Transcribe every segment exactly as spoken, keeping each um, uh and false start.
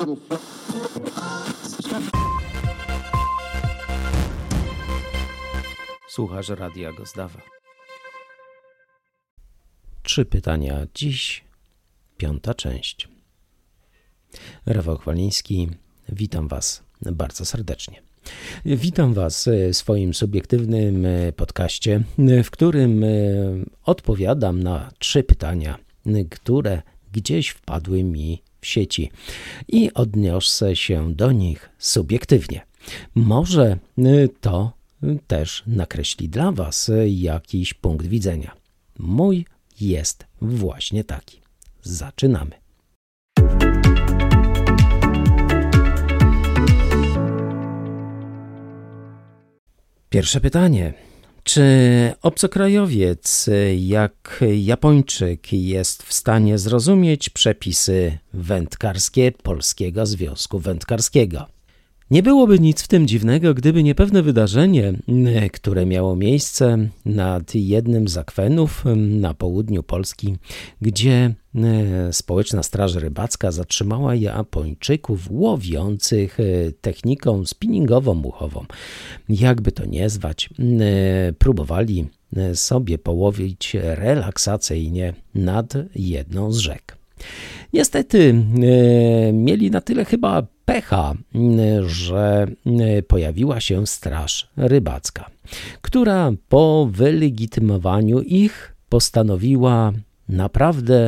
Słuchasz Radia Gozdawa. Trzy pytania dziś, piąta część. Rafał Chwaliński, witam Was bardzo serdecznie. Witam Was w swoim subiektywnym podcaście, w którym odpowiadam na trzy pytania, które gdzieś wpadły mi w sieci i odniosę się do nich subiektywnie. Może to też nakreśli dla Was jakiś punkt widzenia. Mój jest właśnie taki. Zaczynamy. Pierwsze pytanie. Czy obcokrajowiec jak Japończyk jest w stanie zrozumieć przepisy wędkarskie Polskiego Związku Wędkarskiego? Nie byłoby nic w tym dziwnego, gdyby nie pewne wydarzenie, które miało miejsce nad jednym z akwenów na południu Polski, gdzie Społeczna Straż Rybacka zatrzymała Japończyków łowiących techniką spinningową-muchową. Jakby to nie zwać, próbowali sobie połowić relaksacyjnie nad jedną z rzek. Niestety mieli na tyle chyba pecha, że pojawiła się Straż Rybacka, która po wylegitymowaniu ich postanowiła naprawdę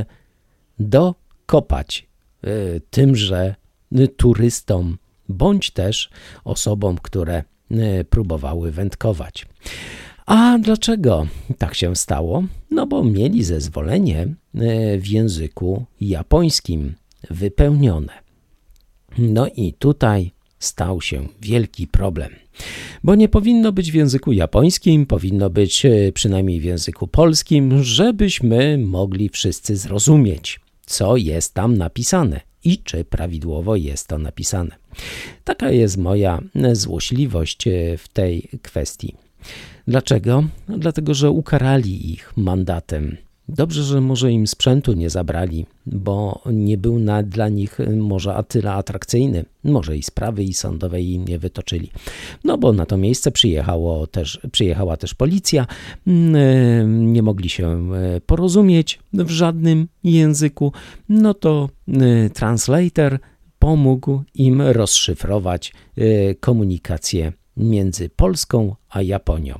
dokopać tymże turystom, bądź też osobom, które próbowały wędkować. A dlaczego tak się stało? No bo mieli zezwolenie w języku japońskim wypełnione. No i tutaj stał się wielki problem, bo nie powinno być w języku japońskim, powinno być przynajmniej w języku polskim, żebyśmy mogli wszyscy zrozumieć, co jest tam napisane i czy prawidłowo jest to napisane. Taka jest moja złośliwość w tej kwestii. Dlaczego? No dlatego, że ukarali ich mandatem. Dobrze, że może im sprzętu nie zabrali, bo nie był na, dla nich może a tyle atrakcyjny. Może i sprawy i sądowej im nie wytoczyli. No bo na to miejsce przyjechało też, przyjechała też policja. Nie mogli się porozumieć w żadnym języku. No to translator pomógł im rozszyfrować komunikację między Polską a Japonią.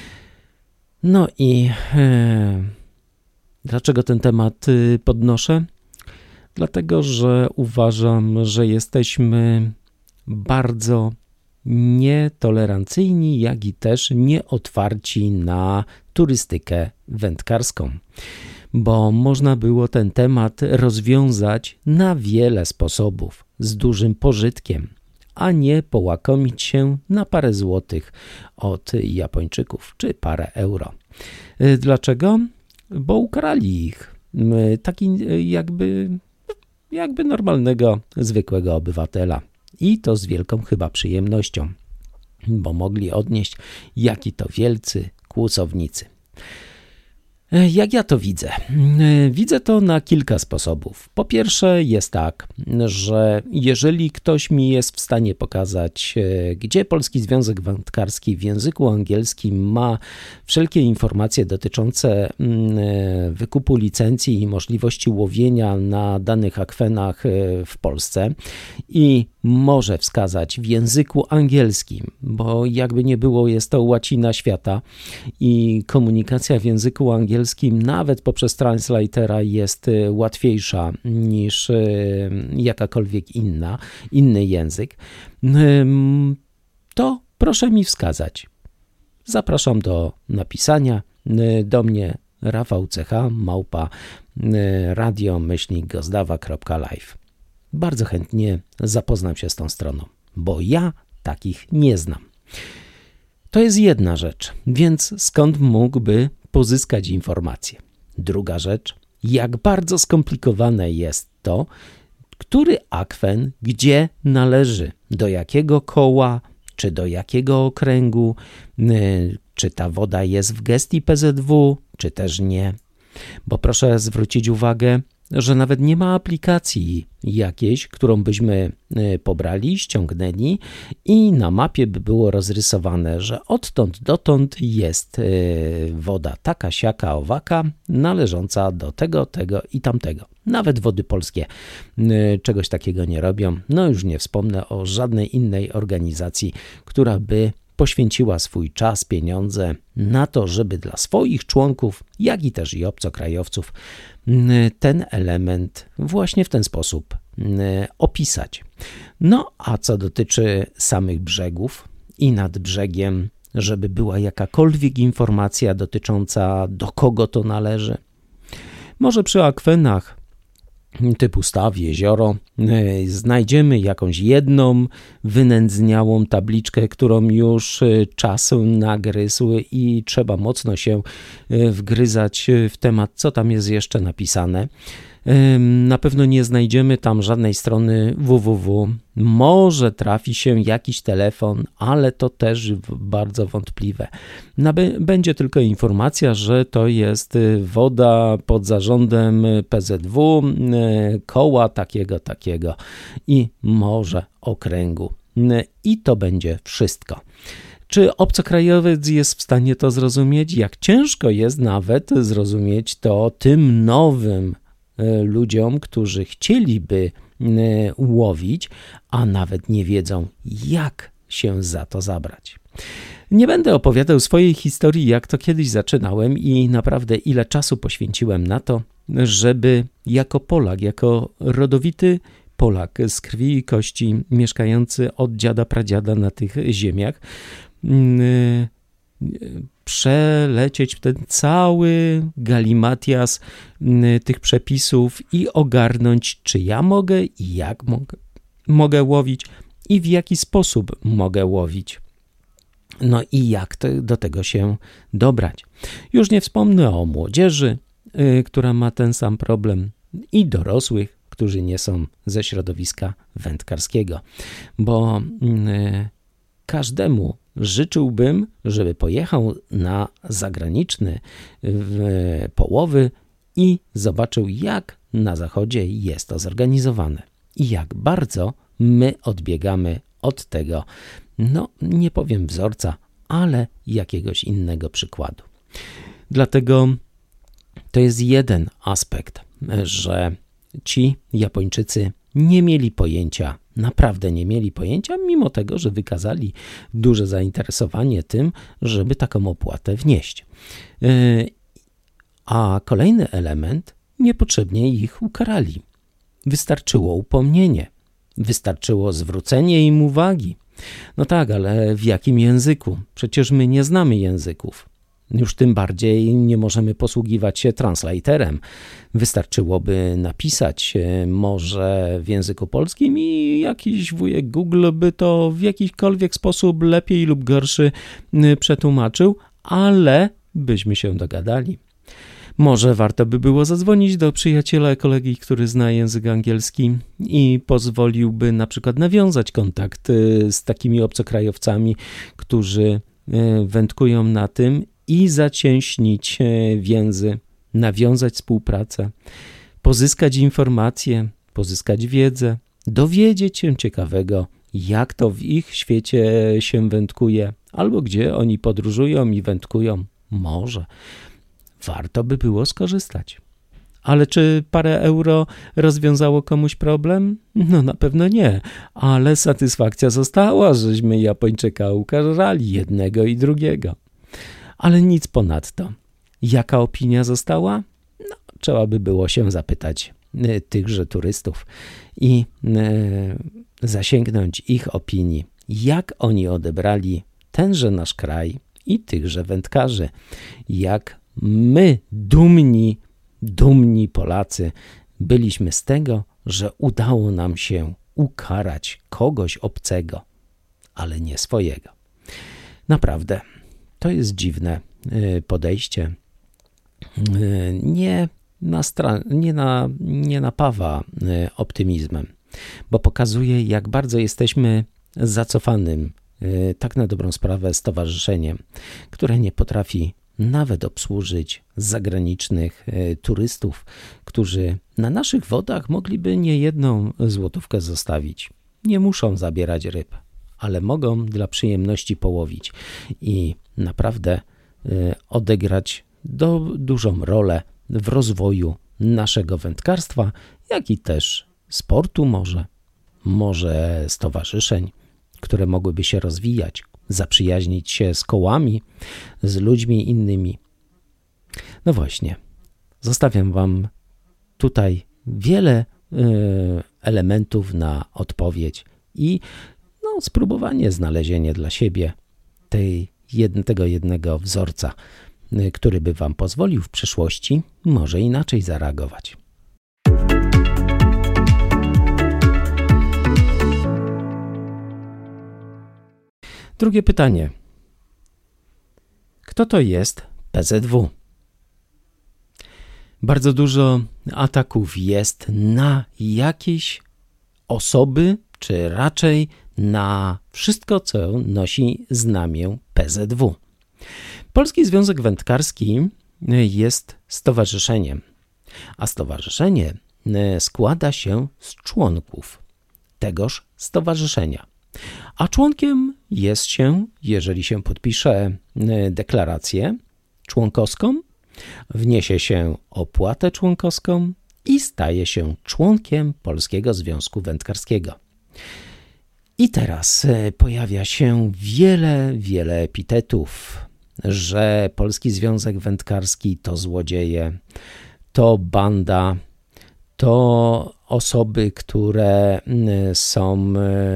No i e, dlaczego ten temat podnoszę? Dlatego, że uważam, że jesteśmy bardzo nietolerancyjni, jak i też nieotwarci na turystykę wędkarską, bo można było ten temat rozwiązać na wiele sposobów z dużym pożytkiem, a nie połakomić się na parę złotych od Japończyków, czy parę euro. Dlaczego? Bo ukarali ich. Taki jakby, jakby normalnego, zwykłego obywatela. I to z wielką chyba przyjemnością, bo mogli odnieść, jaki to wielcy kłusownicy. Jak ja to widzę? Widzę to na kilka sposobów. Po pierwsze jest tak, że jeżeli ktoś mi jest w stanie pokazać, gdzie Polski Związek Wędkarski w języku angielskim ma wszelkie informacje dotyczące wykupu licencji i możliwości łowienia na danych akwenach w Polsce i może wskazać w języku angielskim, bo jakby nie było, jest to łacina świata i komunikacja w języku angielskim nawet poprzez translatora jest łatwiejsza niż jakakolwiek inna, inny język, to proszę mi wskazać. Zapraszam do napisania do mnie Rafał C H małpa radio myślnik gozdawa kropka live. Bardzo chętnie zapoznam się z tą stroną, bo ja takich nie znam. To jest jedna rzecz, więc skąd mógłby pozyskać informacje? Druga rzecz, jak bardzo skomplikowane jest to, który akwen gdzie należy, do jakiego koła, czy do jakiego okręgu, czy ta woda jest w gestii P Z W, czy też nie. Bo proszę zwrócić uwagę, że nawet nie ma aplikacji jakiejś, którą byśmy pobrali, ściągnęli i na mapie by było rozrysowane, że odtąd dotąd jest woda taka, siaka, owaka, należąca do tego, tego i tamtego. Nawet Wody Polskie czegoś takiego nie robią. No już nie wspomnę o żadnej innej organizacji, która by poświęciła swój czas, pieniądze na to, żeby dla swoich członków, jak i też i obcokrajowców ten element właśnie w ten sposób opisać. No a co dotyczy samych brzegów i nad brzegiem, żeby była jakakolwiek informacja dotycząca do kogo to należy, może przy akwenach typu staw, jezioro, znajdziemy jakąś jedną wynędzniałą tabliczkę, którą już czas nagryzł i trzeba mocno się wgryzać w temat, co tam jest jeszcze napisane. Na pewno nie znajdziemy tam żadnej strony www. Może trafi się jakiś telefon, ale to też bardzo wątpliwe. Będzie tylko informacja, że to jest woda pod zarządem P Z W, koła takiego, takiego i może okręgu. I to będzie wszystko. Czy obcokrajowiec jest w stanie to zrozumieć? Jak ciężko jest nawet zrozumieć to tym nowym ludziom, którzy chcieliby łowić, a nawet nie wiedzą, jak się za to zabrać. Nie będę opowiadał swojej historii, jak to kiedyś zaczynałem i naprawdę ile czasu poświęciłem na to, żeby jako Polak, jako rodowity Polak z krwi i kości, mieszkający od dziada pradziada na tych ziemiach, przelecieć ten cały galimatias tych przepisów i ogarnąć, czy ja mogę i jak mogę, mogę łowić i w jaki sposób mogę łowić. No i jak to, do tego się dobrać. Już nie wspomnę o młodzieży, y, która ma ten sam problem i dorosłych, którzy nie są ze środowiska wędkarskiego, bo y, każdemu życzyłbym, żeby pojechał na zagraniczny połowy i zobaczył, jak na zachodzie jest to zorganizowane i jak bardzo my odbiegamy od tego, no nie powiem wzorca, ale jakiegoś innego przykładu. Dlatego to jest jeden aspekt, że ci Japończycy nie mieli pojęcia, naprawdę nie mieli pojęcia, mimo tego, że wykazali duże zainteresowanie tym, żeby taką opłatę wnieść. A kolejny element, niepotrzebnie ich ukarali. Wystarczyło upomnienie, wystarczyło zwrócenie im uwagi. No tak, ale w jakim języku? Przecież my nie znamy języków. Już tym bardziej nie możemy posługiwać się translatorem. Wystarczyłoby napisać może w języku polskim i jakiś wujek Google by to w jakikolwiek sposób lepiej lub gorszy przetłumaczył, ale byśmy się dogadali. Może warto by było zadzwonić do przyjaciela, kolegi, który zna język angielski i pozwoliłby na przykład nawiązać kontakt z takimi obcokrajowcami, którzy wędkują na tym i zacieśnić więzy, nawiązać współpracę, pozyskać informacje, pozyskać wiedzę, dowiedzieć się ciekawego, jak to w ich świecie się wędkuje, albo gdzie oni podróżują i wędkują. Może warto by było skorzystać. Ale czy parę euro rozwiązało komuś problem? No na pewno nie, ale satysfakcja została, żeśmy Japończyka ukarali jednego i drugiego. Ale nic ponadto. Jaka opinia została? No, trzeba by było się zapytać y, tychże turystów i y, zasięgnąć ich opinii. Jak oni odebrali tenże nasz kraj i tychże wędkarzy? Jak my, dumni, dumni Polacy, byliśmy z tego, że udało nam się ukarać kogoś obcego, ale nie swojego. Naprawdę, to jest dziwne podejście. Nie, nastra- nie, na, nie napawa optymizmem, bo pokazuje, jak bardzo jesteśmy zacofanym, tak na dobrą sprawę, stowarzyszeniem, które nie potrafi nawet obsłużyć zagranicznych turystów, którzy na naszych wodach mogliby niejedną złotówkę zostawić. Nie muszą zabierać ryb, ale mogą dla przyjemności połowić i naprawdę odegrać do, dużą rolę w rozwoju naszego wędkarstwa, jak i też sportu może, może stowarzyszeń, które mogłyby się rozwijać, zaprzyjaźnić się z kołami, z ludźmi innymi. No właśnie, zostawiam wam tutaj wiele y, elementów na odpowiedź i no, spróbowanie znalezienia dla siebie tej jed, tego jednego wzorca, y, który by wam pozwolił w przyszłości może inaczej zareagować. Drugie pytanie. Kto to jest P Z W? Bardzo dużo ataków jest na jakieś osoby, czy raczej na wszystko, co nosi znamię P Z W. Polski Związek Wędkarski jest stowarzyszeniem, a stowarzyszenie składa się z członków tegoż stowarzyszenia. A członkiem jest się, jeżeli się podpisze deklarację członkowską, wniesie się opłatę członkowską i staje się członkiem Polskiego Związku Wędkarskiego. I teraz pojawia się wiele, wiele epitetów, że Polski Związek Wędkarski to złodzieje, to banda, to osoby, które są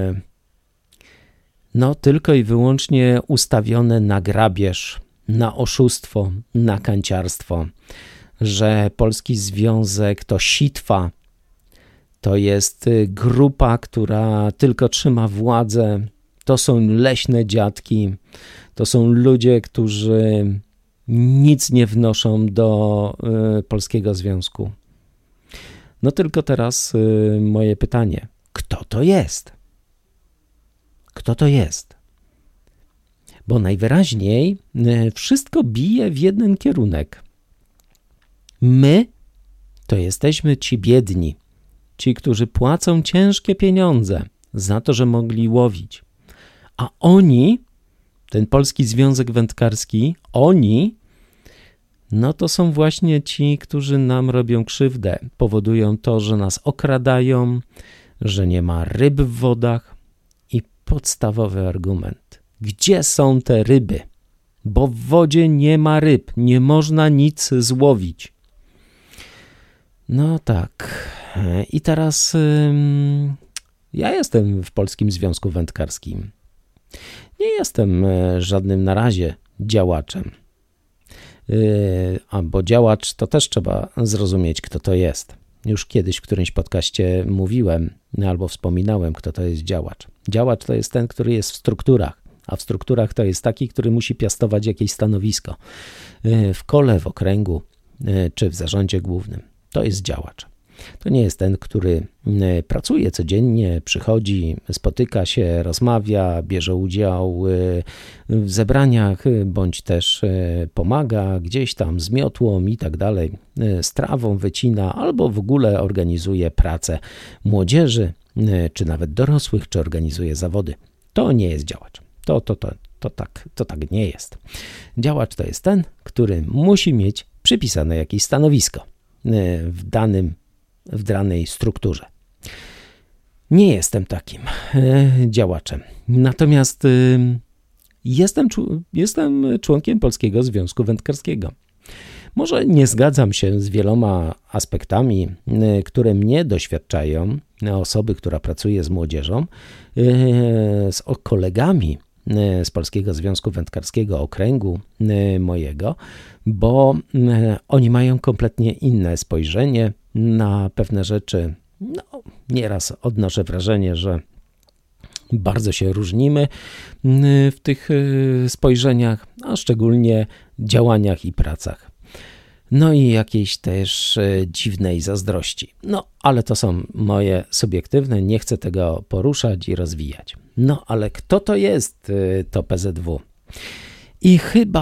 no tylko i wyłącznie ustawione na grabież, na oszustwo, na kanciarstwo, że Polski Związek to sitwa, to jest grupa, która tylko trzyma władzę, to są leśne dziadki, to są ludzie, którzy nic nie wnoszą do y, Polskiego Związku. No tylko teraz y, moje pytanie, kto to jest? Kto to jest? Bo najwyraźniej wszystko bije w jeden kierunek. My to jesteśmy ci biedni, ci, którzy płacą ciężkie pieniądze za to, że mogli łowić. A oni, ten Polski Związek Wędkarski, oni, no to są właśnie ci, którzy nam robią krzywdę. Powodują to, że nas okradają, że nie ma ryb w wodach. I podstawowy argument. Gdzie są te ryby? Bo w wodzie nie ma ryb, nie można nic złowić. No tak. I teraz ym, ja jestem w Polskim Związku Wędkarskim. Nie jestem żadnym na razie działaczem. Yy, a bo działacz to też trzeba zrozumieć, kto to jest. Już kiedyś w którymś podcaście mówiłem albo wspominałem, kto to jest działacz. Działacz to jest ten, który jest w strukturach, a w strukturach to jest taki, który musi piastować jakieś stanowisko w kole, w okręgu czy w zarządzie głównym. To jest działacz. To nie jest ten, który pracuje codziennie, przychodzi, spotyka się, rozmawia, bierze udział w zebraniach, bądź też pomaga gdzieś tam z miotłą i tak dalej, z trawą wycina, albo w ogóle organizuje pracę młodzieży, czy nawet dorosłych, czy organizuje zawody. To nie jest działacz. To, to, to, to, tak, to tak nie jest. Działacz to jest ten, który musi mieć przypisane jakieś stanowisko w danym w danej strukturze. Nie jestem takim e, działaczem. Natomiast e, jestem, jestem członkiem Polskiego Związku Wędkarskiego. Może nie zgadzam się z wieloma aspektami, e, które mnie doświadczają, osoby, która pracuje z młodzieżą, e, z kolegami z Polskiego Związku Wędkarskiego, okręgu mojego, bo oni mają kompletnie inne spojrzenie na pewne rzeczy. No, nieraz odnoszę wrażenie, że bardzo się różnimy w tych spojrzeniach, a szczególnie działaniach i pracach. No i jakiejś też dziwnej zazdrości. No, ale to są moje subiektywne, nie chcę tego poruszać i rozwijać. No, ale kto to jest to P Z W? I chyba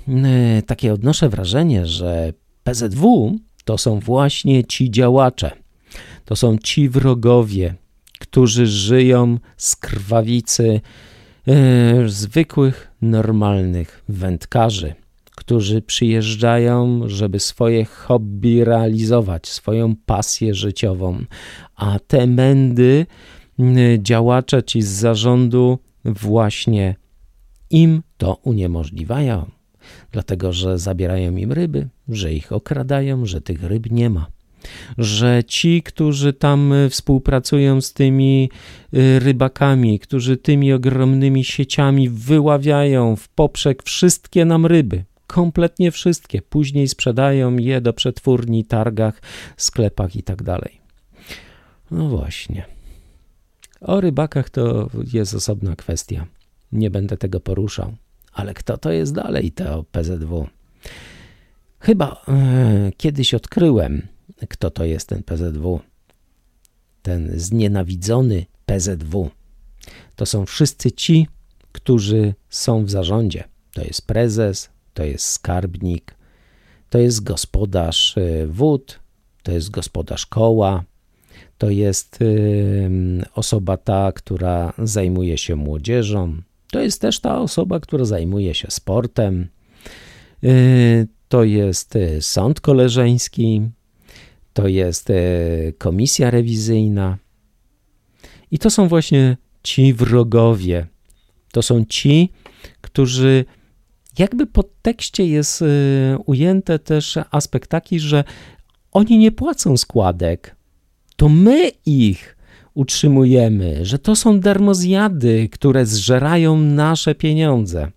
takie odnoszę wrażenie, że P Z W to są właśnie ci działacze, to są ci wrogowie, którzy żyją z krwawicy e, zwykłych, normalnych wędkarzy, którzy przyjeżdżają, żeby swoje hobby realizować, swoją pasję życiową, a te mędy, działacze ci z zarządu właśnie im to uniemożliwiają, dlatego że zabierają im ryby, że ich okradają, że tych ryb nie ma, że ci, którzy tam współpracują z tymi rybakami, którzy tymi ogromnymi sieciami wyławiają w poprzek wszystkie nam ryby, kompletnie wszystkie, później sprzedają je do przetwórni, targach, sklepach i tak dalej. No właśnie. O rybakach to jest osobna kwestia. Nie będę tego poruszał. Ale kto to jest dalej, to P Z W? Chyba e, kiedyś odkryłem, kto to jest ten P Z W. Ten znienawidzony P Z W. To są wszyscy ci, którzy są w zarządzie. To jest prezes, to jest skarbnik, to jest gospodarz wód, to jest gospodarz koła, to jest y, osoba ta, która zajmuje się młodzieżą, to jest też ta osoba, która zajmuje się sportem, y, to jest y, sąd koleżeński, to jest y, komisja rewizyjna i to są właśnie ci wrogowie, to są ci, którzy jakby pod tekście jest y, ujęty też aspekt taki, że oni nie płacą składek, to my ich utrzymujemy, że to są darmozjady, które zżerają nasze pieniądze.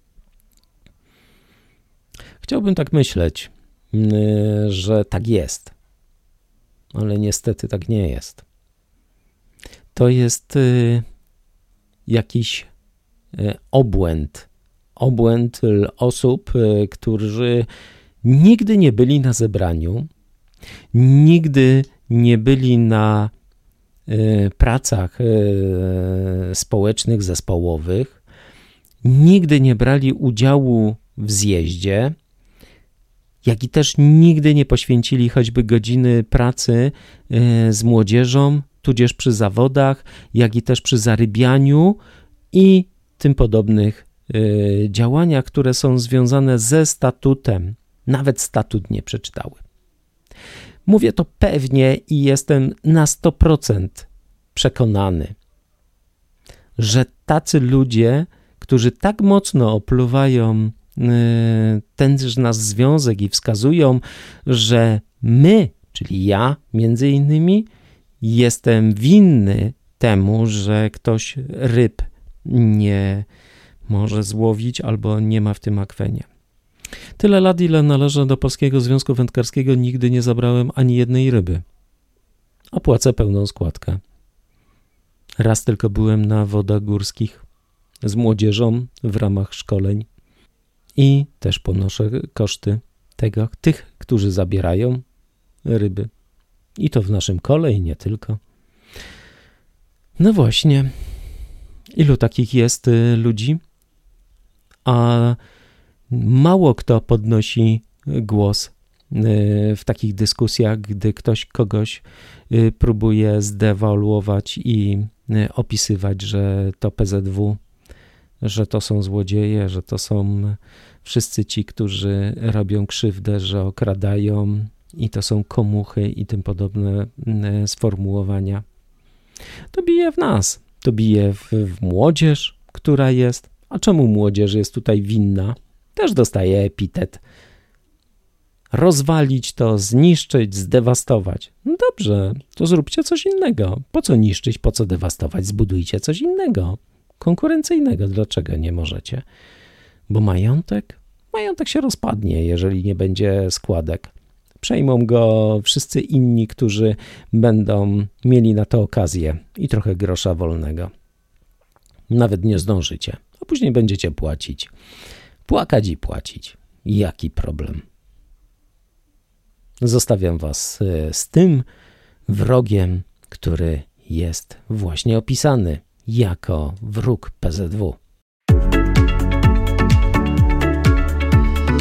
Chciałbym tak myśleć, y, że tak jest, ale niestety tak nie jest. To jest y, jakiś y, obłęd, obłęd osób, którzy nigdy nie byli na zebraniu, nigdy nie byli na y, pracach y, społecznych, zespołowych, nigdy nie brali udziału w zjeździe, jak i też nigdy nie poświęcili choćby godziny pracy y, z młodzieżą, tudzież przy zawodach, jak i też przy zarybianiu i tym podobnych y, działaniach, które są związane ze statutem. Nawet statut nie przeczytały. Mówię to pewnie i jestem na sto procent przekonany, że tacy ludzie, którzy tak mocno opluwają tenż nasz związek i wskazują, że my, czyli ja między innymi, jestem winny temu, że ktoś ryb nie może złowić albo nie ma w tym akwenie. Tyle lat, ile należę do Polskiego Związku Wędkarskiego, nigdy nie zabrałem ani jednej ryby. Opłacę pełną składkę. Raz tylko byłem na wodach górskich z młodzieżą w ramach szkoleń i też ponoszę koszty tego, tych, którzy zabierają ryby. I to w naszym kole i nie tylko. No właśnie, ilu takich jest ludzi? A mało kto podnosi głos w takich dyskusjach, gdy ktoś kogoś próbuje zdewaluować i opisywać, że to P Z W, że to są złodzieje, że to są wszyscy ci, którzy robią krzywdę, że okradają i to są komuchy i tym podobne sformułowania. To bije w nas, to bije w, w młodzież, która jest. A czemu młodzież jest tutaj winna? Też dostaje epitet. Rozwalić to, zniszczyć, zdewastować. No dobrze, to zróbcie coś innego. Po co niszczyć, po co dewastować? Zbudujcie coś innego, konkurencyjnego. Dlaczego nie możecie? Bo majątek? Majątek się rozpadnie, jeżeli nie będzie składek. Przejmą go wszyscy inni, którzy będą mieli na to okazję i trochę grosza wolnego. Nawet nie zdążycie, a później będziecie płacić. Płakać i płacić. Jaki problem? Zostawiam was z tym wrogiem, który jest właśnie opisany jako wróg P Z W.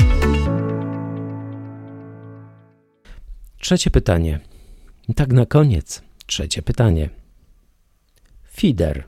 Trzecie pytanie. Tak na koniec. Trzecie pytanie. Feeder.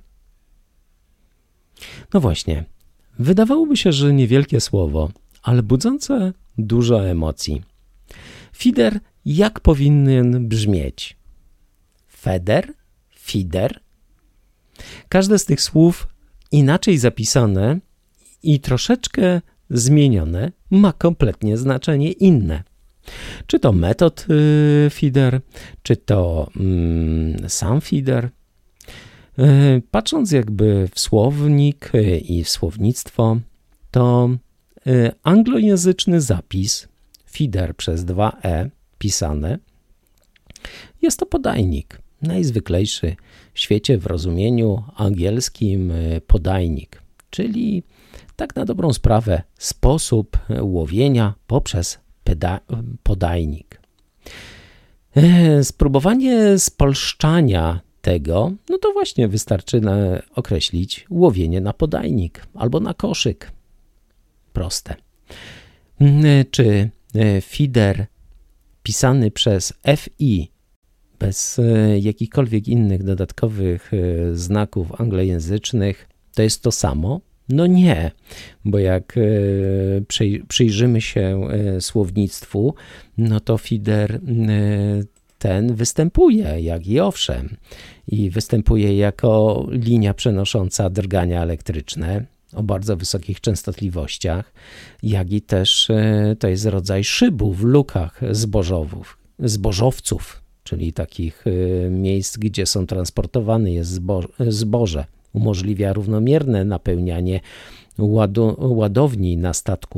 No właśnie. Wydawałoby się, że niewielkie słowo, ale budzące dużo emocji. Feeder jak powinien brzmieć? Feder? Feeder? Każde z tych słów inaczej zapisane i troszeczkę zmienione ma kompletnie znaczenie inne. Czy to metod y, feeder, czy to y, sam feeder. Y, patrząc jakby w słownik y, i w słownictwo, to y, anglojęzyczny zapis feeder przez dwa e pisane jest to podajnik. Najzwyklejszy w świecie w rozumieniu angielskim podajnik, czyli tak na dobrą sprawę sposób łowienia poprzez peda- podajnik. Spróbowanie spolszczania tego, no to właśnie wystarczy określić łowienie na podajnik albo na koszyk. Proste. Czy feeder pisany przez fi bez jakichkolwiek innych dodatkowych znaków anglojęzycznych to jest to samo? No nie, bo jak przyjrzymy się słownictwu, no to feeder ten występuje, jak i owszem, i występuje jako linia przenosząca drgania elektryczne o bardzo wysokich częstotliwościach, jak i też to jest rodzaj szybu w lukach zbożowów, zbożowców, czyli takich miejsc, gdzie są transportowane jest zbo, zboże. Umożliwia równomierne napełnianie ładu, ładowni na statku.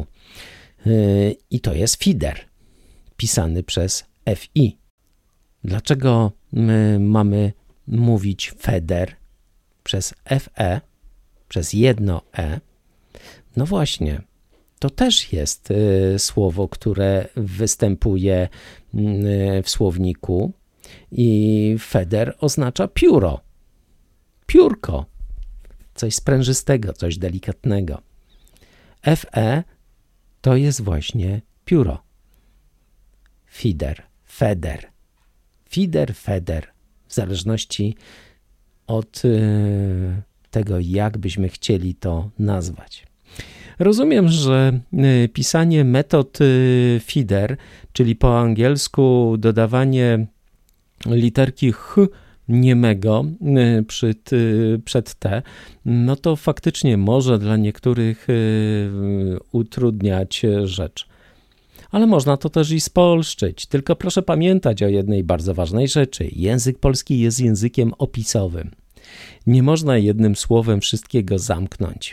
I to jest feeder, pisany przez fi. Dlaczego my mamy mówić feeder przez fe, przez jedno e? No właśnie, to też jest słowo, które występuje w słowniku i feeder oznacza pióro, piórko, coś sprężystego, coś delikatnego. fe to jest właśnie pióro. Feeder, feder, feeder, feder, w zależności od tego, jak byśmy chcieli to nazwać. Rozumiem, że pisanie metod feeder, czyli po angielsku dodawanie literki ch niemego przed, przed t, no to faktycznie może dla niektórych utrudniać rzecz. Ale można to też i spolszczyć. Tylko proszę pamiętać o jednej bardzo ważnej rzeczy. Język polski jest językiem opisowym. Nie można jednym słowem wszystkiego zamknąć.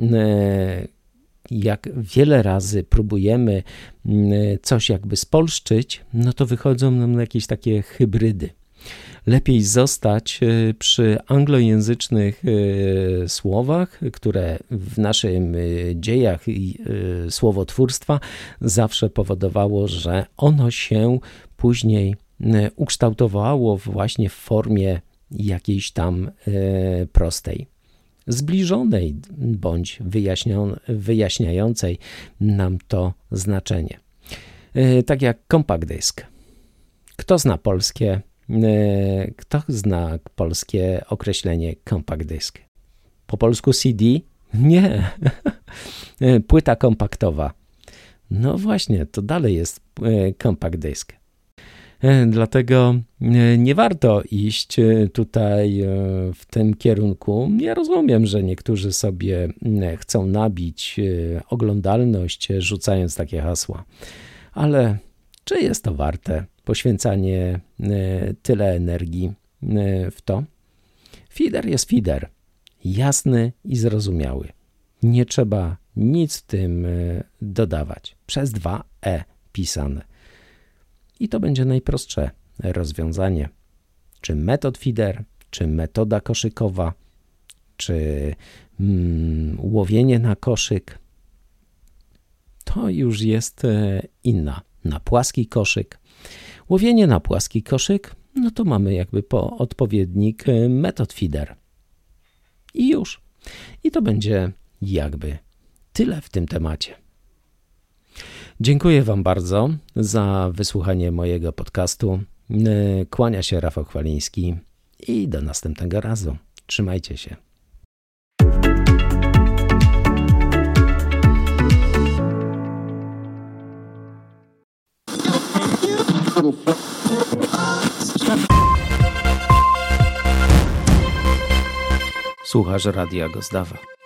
Jak wiele razy próbujemy coś jakby spolszczyć, no to wychodzą nam jakieś takie hybrydy. Lepiej zostać przy anglojęzycznych słowach, które w naszym dziejach i słowotwórstwa zawsze powodowało, że ono się później ukształtowało właśnie w formie jakiejś tam prostej, zbliżonej bądź wyjaśniającej nam to znaczenie. Tak jak compact disc. Kto zna polskie Kto zna polskie określenie compact disc? Po polsku C D? Nie. Płyta kompaktowa. No właśnie, to dalej jest compact disc. Dlatego nie warto iść tutaj w tym kierunku. Ja rozumiem, że niektórzy sobie chcą nabić oglądalność, rzucając takie hasła. Ale czy jest to warte poświęcanie tyle energii w to? Feeder jest feeder. Jasny i zrozumiały. Nie trzeba nic w tym dodawać. Przez dwa e pisane. I to będzie najprostsze rozwiązanie. Czy metod feeder, czy metoda koszykowa, czy mm, łowienie na koszyk, to już jest inna. Na płaski koszyk. Łowienie na płaski koszyk, no to mamy jakby po odpowiednik metod feeder. I już. I to będzie jakby tyle w tym temacie. Dziękuję Wam bardzo za wysłuchanie mojego podcastu. Kłania się Rafał Chwaliński i do następnego razu. Trzymajcie się. Słuchasz Radia Gozdawa.